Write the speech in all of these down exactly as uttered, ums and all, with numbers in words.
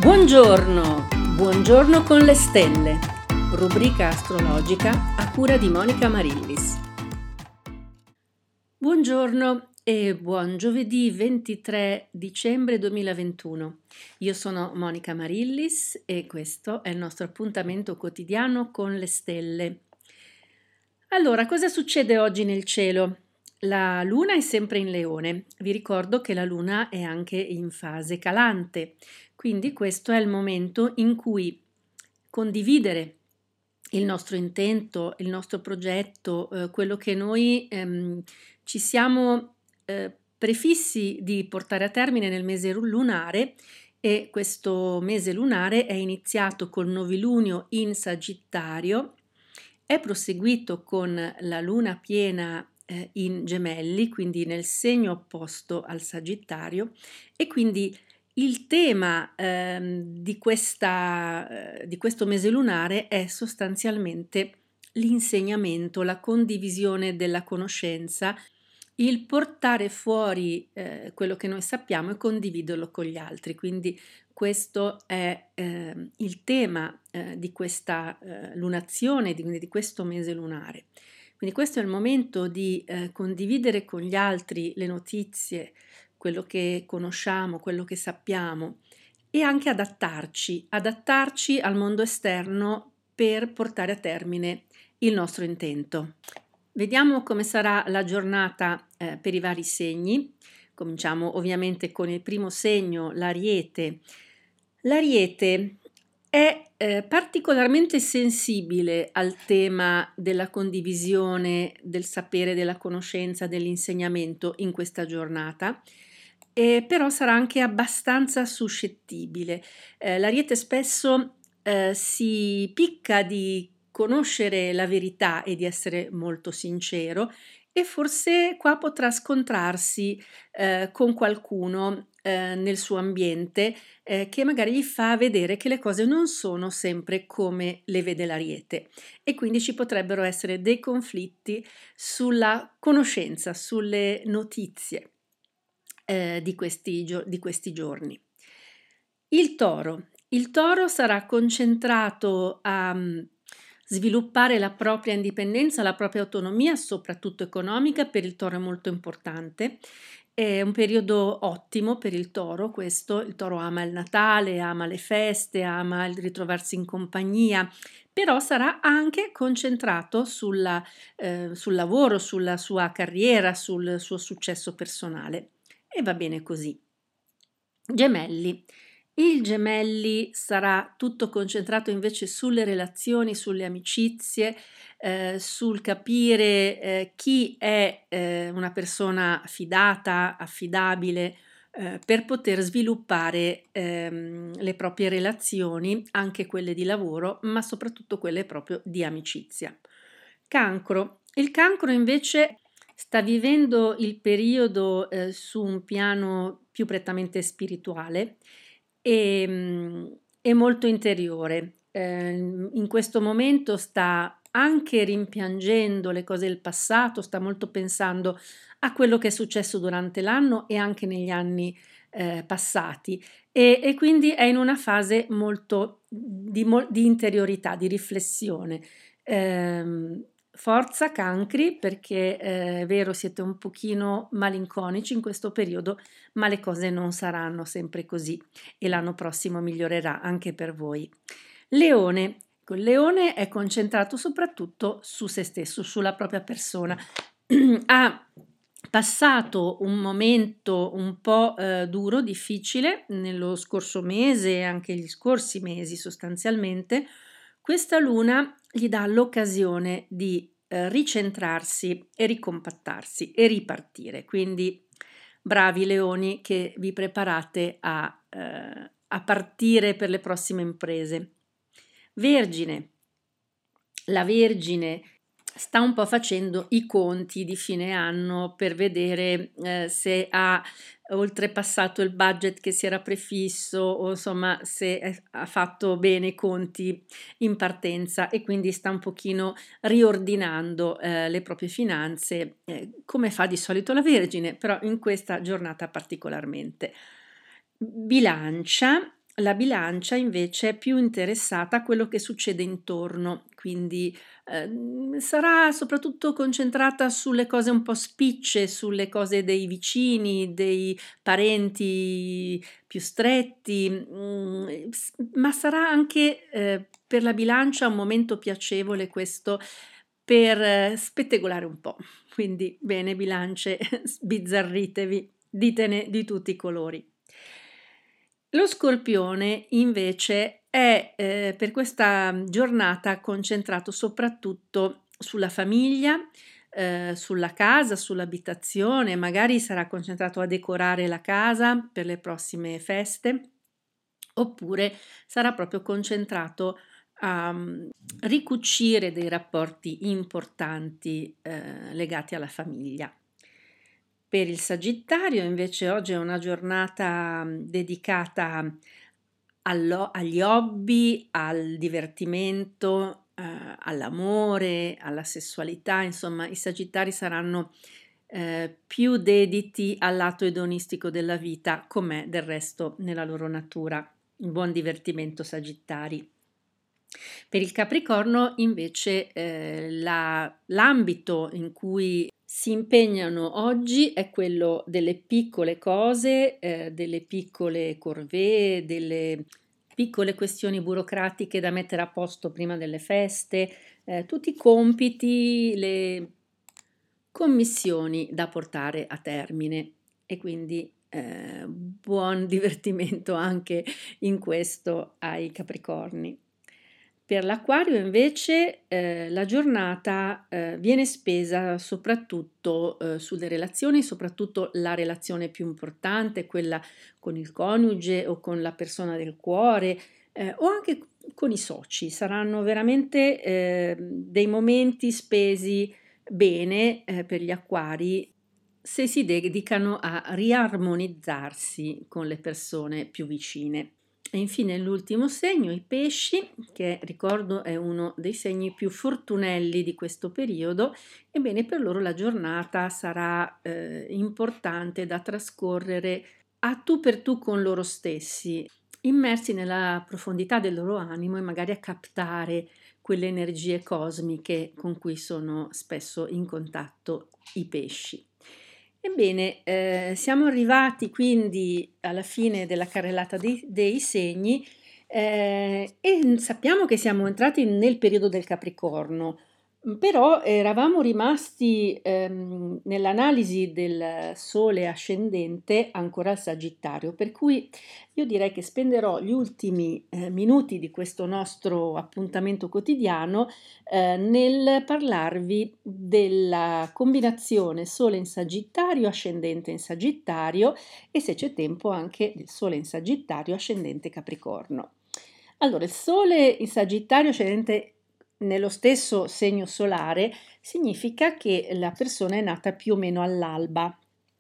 Buongiorno, buongiorno con le stelle, rubrica astrologica a cura di Monica Marillis. Buongiorno e buon giovedì ventitré dicembre duemilaventuno. Io sono Monica Marillis e questo è il nostro appuntamento quotidiano con le stelle. Allora, cosa succede oggi nel cielo? La luna è sempre in Leone. Vi ricordo che la luna è anche in fase calante, quindi questo è il momento in cui condividere il nostro intento, il nostro progetto, eh, quello che noi ehm, ci siamo eh, prefissi di portare a termine nel mese lunare, e questo mese lunare è iniziato col novilunio in Sagittario, è proseguito con la luna piena eh, in Gemelli, quindi nel segno opposto al Sagittario, e quindi il tema ehm, di, questa, eh, di questo mese lunare è sostanzialmente l'insegnamento, la condivisione della conoscenza, il portare fuori eh, quello che noi sappiamo e condividerlo con gli altri. Quindi questo è eh, il tema eh, di questa eh, lunazione, di, di questo mese lunare. Quindi questo è il momento di eh, condividere con gli altri le notizie, quello che conosciamo, quello che sappiamo, e anche adattarci, adattarci al mondo esterno per portare a termine il nostro intento. Vediamo come sarà la giornata eh, per i vari segni. Cominciamo ovviamente con il primo segno, l'Ariete. L'Ariete è eh, particolarmente sensibile al tema della condivisione, del sapere, della conoscenza, dell'insegnamento in questa giornata. E però sarà anche abbastanza suscettibile. Eh, L'Ariete spesso eh, si picca di conoscere la verità e di essere molto sincero, e forse qua potrà scontrarsi eh, con qualcuno eh, nel suo ambiente eh, che magari gli fa vedere che le cose non sono sempre come le vede l'Ariete, e quindi ci potrebbero essere dei conflitti sulla conoscenza, sulle notizie eh, di questi, gio- di questi giorni. Il Toro. Il Toro sarà concentrato a mm, sviluppare la propria indipendenza, la propria autonomia, soprattutto economica. Per il Toro è molto importante. È un periodo ottimo per il Toro questo. Il Toro ama il Natale, ama le feste, ama il ritrovarsi in compagnia, però sarà anche concentrato sulla, eh, sul lavoro, sulla sua carriera, sul suo successo personale. E va bene così. Gemelli. Il Gemelli sarà tutto concentrato invece sulle relazioni, sulle amicizie, eh, sul capire eh, chi è eh, una persona fidata, affidabile, eh, per poter sviluppare ehm, le proprie relazioni, anche quelle di lavoro, ma soprattutto quelle proprio di amicizia. Cancro. Il Cancro invece sta vivendo il periodo eh, su un piano più prettamente spirituale e, mm, e molto interiore. Eh, in questo momento sta anche rimpiangendo le cose del passato, sta molto pensando a quello che è successo durante l'anno e anche negli anni eh, passati, e, e quindi è in una fase molto di, di interiorità, di riflessione. Ehm, Forza Cancri, perché eh, è vero, siete un pochino malinconici in questo periodo, ma le cose non saranno sempre così e l'anno prossimo migliorerà anche per voi. Leone. Il Leone è concentrato soprattutto su se stesso, sulla propria persona. Ha passato un momento un po' eh, duro, difficile, nello scorso mese e anche gli scorsi mesi sostanzialmente. Questa luna gli dà l'occasione di eh, ricentrarsi e ricompattarsi e ripartire. Quindi bravi leoni che vi preparate a, eh, a partire per le prossime imprese. Vergine. La Vergine sta un po' facendo i conti di fine anno per vedere eh, se ha oltrepassato il budget che si era prefisso, o insomma se è, ha fatto bene i conti in partenza, e quindi sta un pochino riordinando eh, le proprie finanze, eh, come fa di solito la Vergine, però in questa giornata particolarmente. Bilancia. La bilancia invece è più interessata a quello che succede intorno, quindi ehm, sarà soprattutto concentrata sulle cose un po' spicce, sulle cose dei vicini, dei parenti più stretti, mm, s- ma sarà anche eh, per la bilancia un momento piacevole questo per eh, spettegolare un po'. Quindi bene, bilance, sbizzarritevi, ditene di tutti i colori. Lo Scorpione invece è eh, per questa giornata concentrato soprattutto sulla famiglia, eh, sulla casa, sull'abitazione, magari sarà concentrato a decorare la casa per le prossime feste, oppure sarà proprio concentrato a mm, ricucire dei rapporti importanti eh, legati alla famiglia. Per il Sagittario invece oggi è una giornata mm, dedicata allo- agli hobby, al divertimento, eh, all'amore, alla sessualità, insomma i Sagittari saranno eh, più dediti al lato edonistico della vita, com'è del resto nella loro natura. Un buon divertimento, Sagittari. Per il Capricorno invece eh, la- l'ambito in cui si impegnano oggi è quello delle piccole cose, eh, delle piccole corvée, delle piccole questioni burocratiche da mettere a posto prima delle feste, eh, tutti i compiti, le commissioni da portare a termine e quindi eh, buon divertimento anche in questo ai Capricorni. Per l'Acquario invece eh, la giornata eh, viene spesa soprattutto eh, sulle relazioni, soprattutto la relazione più importante, quella con il coniuge o con la persona del cuore eh, o anche con i soci. Saranno veramente eh, dei momenti spesi bene eh, per gli acquari se si dedicano a riarmonizzarsi con le persone più vicine. E infine l'ultimo segno, i pesci, che ricordo è uno dei segni più fortunelli di questo periodo, ebbene per loro la giornata sarà eh, importante da trascorrere a tu per tu con loro stessi, immersi nella profondità del loro animo e magari a captare quelle energie cosmiche con cui sono spesso in contatto i pesci. Ebbene, eh, siamo arrivati quindi alla fine della carrellata dei, dei segni eh, e sappiamo che siamo entrati nel periodo del Capricorno, però eravamo rimasti ehm, nell'analisi del Sole ascendente ancora al Sagittario, per cui io direi che spenderò gli ultimi eh, minuti di questo nostro appuntamento quotidiano eh, nel parlarvi della combinazione Sole in Sagittario, ascendente in Sagittario e se c'è tempo anche del Sole in Sagittario, ascendente Capricorno. Allora, il Sole in Sagittario ascendente nello stesso segno solare significa che la persona è nata più o meno all'alba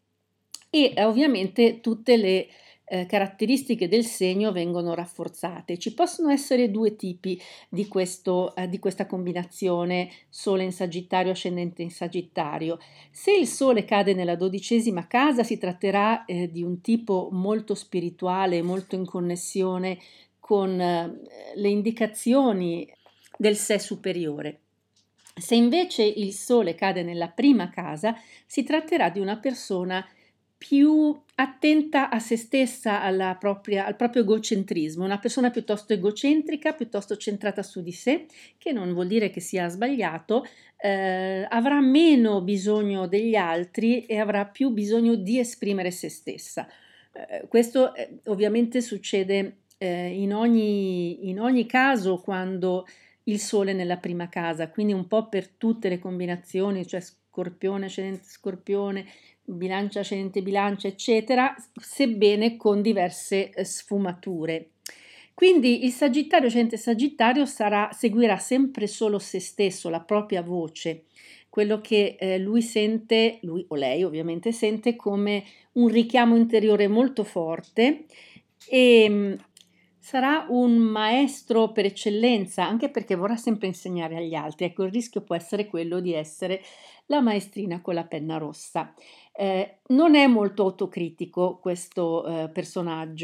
e eh, ovviamente tutte le eh, caratteristiche del segno vengono rafforzate. Ci possono essere due tipi di, questo, eh, di questa combinazione Sole in Sagittario, ascendente in Sagittario. Se il Sole cade nella dodicesima casa, si tratterà eh, di un tipo molto spirituale, molto in connessione con eh, le indicazioni del sé superiore. Se invece il Sole cade nella prima casa, si tratterà di una persona più attenta a se stessa, alla propria, al proprio egocentrismo, una persona piuttosto egocentrica, piuttosto centrata su di sé, che non vuol dire che sia sbagliato, eh, avrà meno bisogno degli altri e avrà più bisogno di esprimere se stessa. Eh, questo eh, ovviamente succede eh, in ogni, in ogni caso quando il Sole nella prima casa, quindi un po' per tutte le combinazioni, cioè Scorpione, ascendente Scorpione, Bilancia, ascendente Bilancia, eccetera, sebbene con diverse eh, sfumature. Quindi il Sagittario, ascendente Sagittario, sarà, seguirà sempre solo se stesso, la propria voce, quello che eh, lui sente, lui o lei ovviamente sente come un richiamo interiore molto forte e mh, sarà un maestro per eccellenza, anche perché vorrà sempre insegnare agli altri. Ecco, il rischio può essere quello di essere la maestrina con la penna rossa. Eh, non è molto autocritico questo eh, personaggio,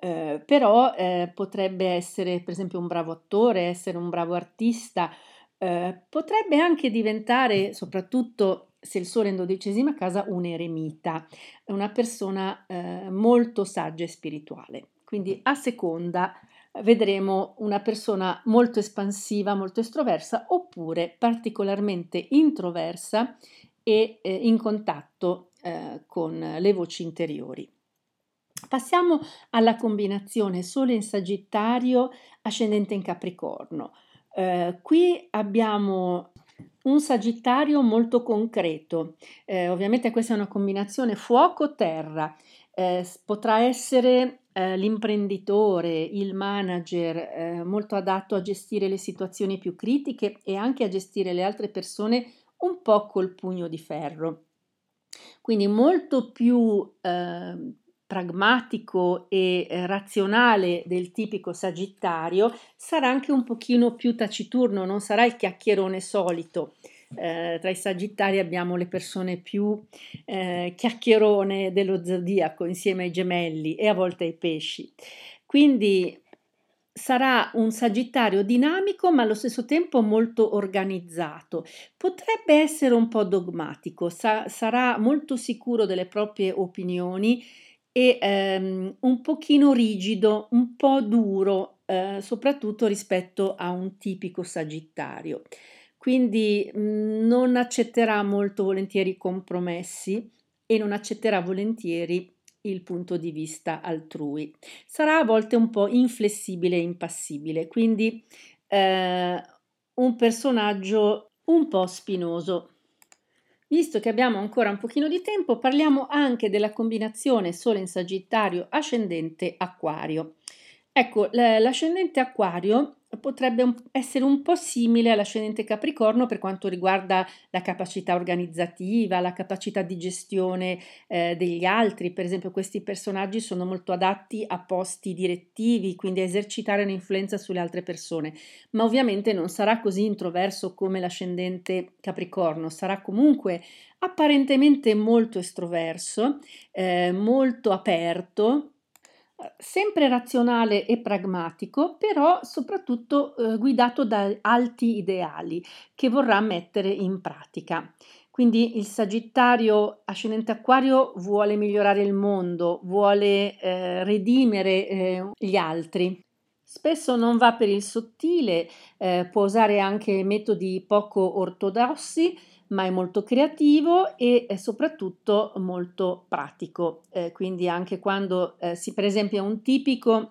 eh, però eh, potrebbe essere per esempio un bravo attore, essere un bravo artista, eh, potrebbe anche diventare, soprattutto se il Sole è in dodicesima casa, un eremita, una persona eh, molto saggia e spirituale. Quindi a seconda vedremo una persona molto espansiva, molto estroversa, oppure particolarmente introversa e eh, in contatto eh, con le voci interiori. Passiamo alla combinazione Sole in Sagittario, ascendente in Capricorno. Eh, qui abbiamo un Sagittario molto concreto, eh, ovviamente questa è una combinazione fuoco-terra, eh, potrà essere eh, l'imprenditore, il manager, eh, molto adatto a gestire le situazioni più critiche e anche a gestire le altre persone un po' col pugno di ferro. Quindi molto più eh, pragmatico e eh, razionale del tipico Sagittario, sarà anche un pochino più taciturno, non sarà il chiacchierone solito. Eh, tra i Sagittari abbiamo le persone più eh, chiacchierone dello zodiaco insieme ai Gemelli e a volte ai Pesci. Quindi sarà un Sagittario dinamico ma allo stesso tempo molto organizzato. Potrebbe essere un po' dogmatico, sa- sarà molto sicuro delle proprie opinioni e ehm, un pochino rigido, un po' duro, eh, soprattutto rispetto a un tipico Sagittario. Quindi mh, non accetterà molto volentieri compromessi e non accetterà volentieri il punto di vista altrui. Sarà a volte un po' inflessibile e impassibile, quindi eh, un personaggio un po' spinoso. Visto che abbiamo ancora un pochino di tempo, parliamo anche della combinazione Sole in Sagittario, ascendente Acquario. Ecco, l'ascendente Acquario potrebbe essere un po' simile all'ascendente Capricorno per quanto riguarda la capacità organizzativa, la capacità di gestione eh, degli altri. Per esempio, questi personaggi sono molto adatti a posti direttivi, quindi a esercitare un'influenza sulle altre persone, ma ovviamente non sarà così introverso come l'ascendente Capricorno, sarà comunque apparentemente molto estroverso, eh, molto aperto, sempre razionale e pragmatico, però soprattutto eh, guidato da alti ideali che vorrà mettere in pratica. Quindi il Sagittario ascendente Acquario vuole migliorare il mondo, vuole eh, redimere eh, gli altri. Spesso non va per il sottile, eh, può usare anche metodi poco ortodossi, ma è molto creativo e eh, soprattutto molto pratico. Eh, quindi anche quando eh, si, per esempio, è un tipico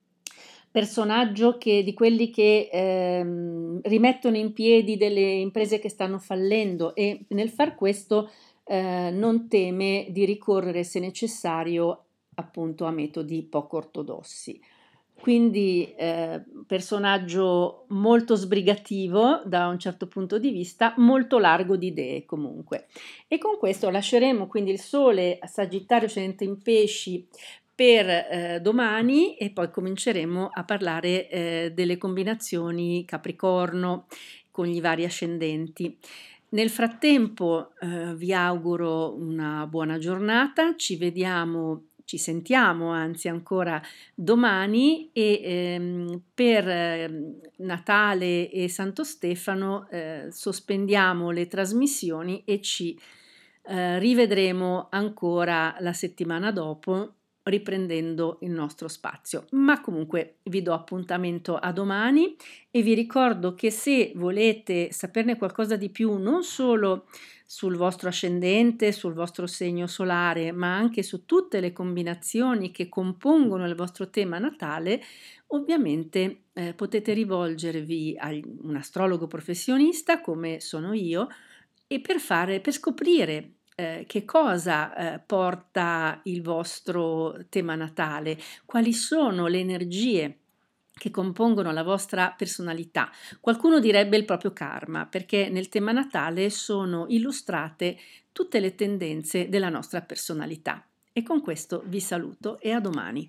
personaggio che, di quelli che ehm, rimettono in piedi delle imprese che stanno fallendo e nel far questo eh, non teme di ricorrere, se necessario, appunto a metodi poco ortodossi. Quindi eh, personaggio molto sbrigativo da un certo punto di vista, molto largo di idee comunque. E con questo lasceremo quindi il Sole a Sagittario ascendente in Pesci per eh, domani e poi cominceremo a parlare eh, delle combinazioni Capricorno con gli vari ascendenti. Nel frattempo eh, vi auguro una buona giornata, ci vediamo, ci sentiamo anzi ancora domani e ehm, per eh, Natale e Santo Stefano eh, sospendiamo le trasmissioni e ci eh, rivedremo ancora la settimana dopo riprendendo il nostro spazio. Ma comunque vi do appuntamento a domani e vi ricordo che se volete saperne qualcosa di più non solo sul vostro ascendente, sul vostro segno solare, ma anche su tutte le combinazioni che compongono il vostro tema natale, ovviamente eh, potete rivolgervi a un astrologo professionista come sono io e per fare per scoprire eh, che cosa eh, porta il vostro tema natale, quali sono le energie che compongono la vostra personalità. Qualcuno direbbe il proprio karma, perché nel tema natale sono illustrate tutte le tendenze della nostra personalità. E con questo vi saluto e a domani.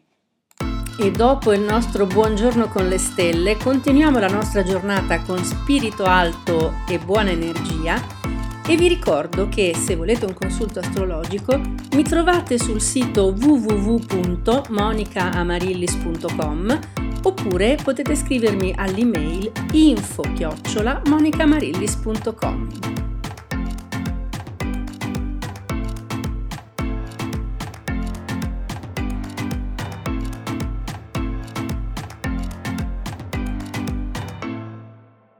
E dopo il nostro buongiorno con le stelle, continuiamo la nostra giornata con spirito alto e buona energia, E vi ricordo che se volete un consulto astrologico mi trovate sul sito w w w punto monica amarillis punto com oppure potete scrivermi all'email info chiocciola monica amarillis punto com.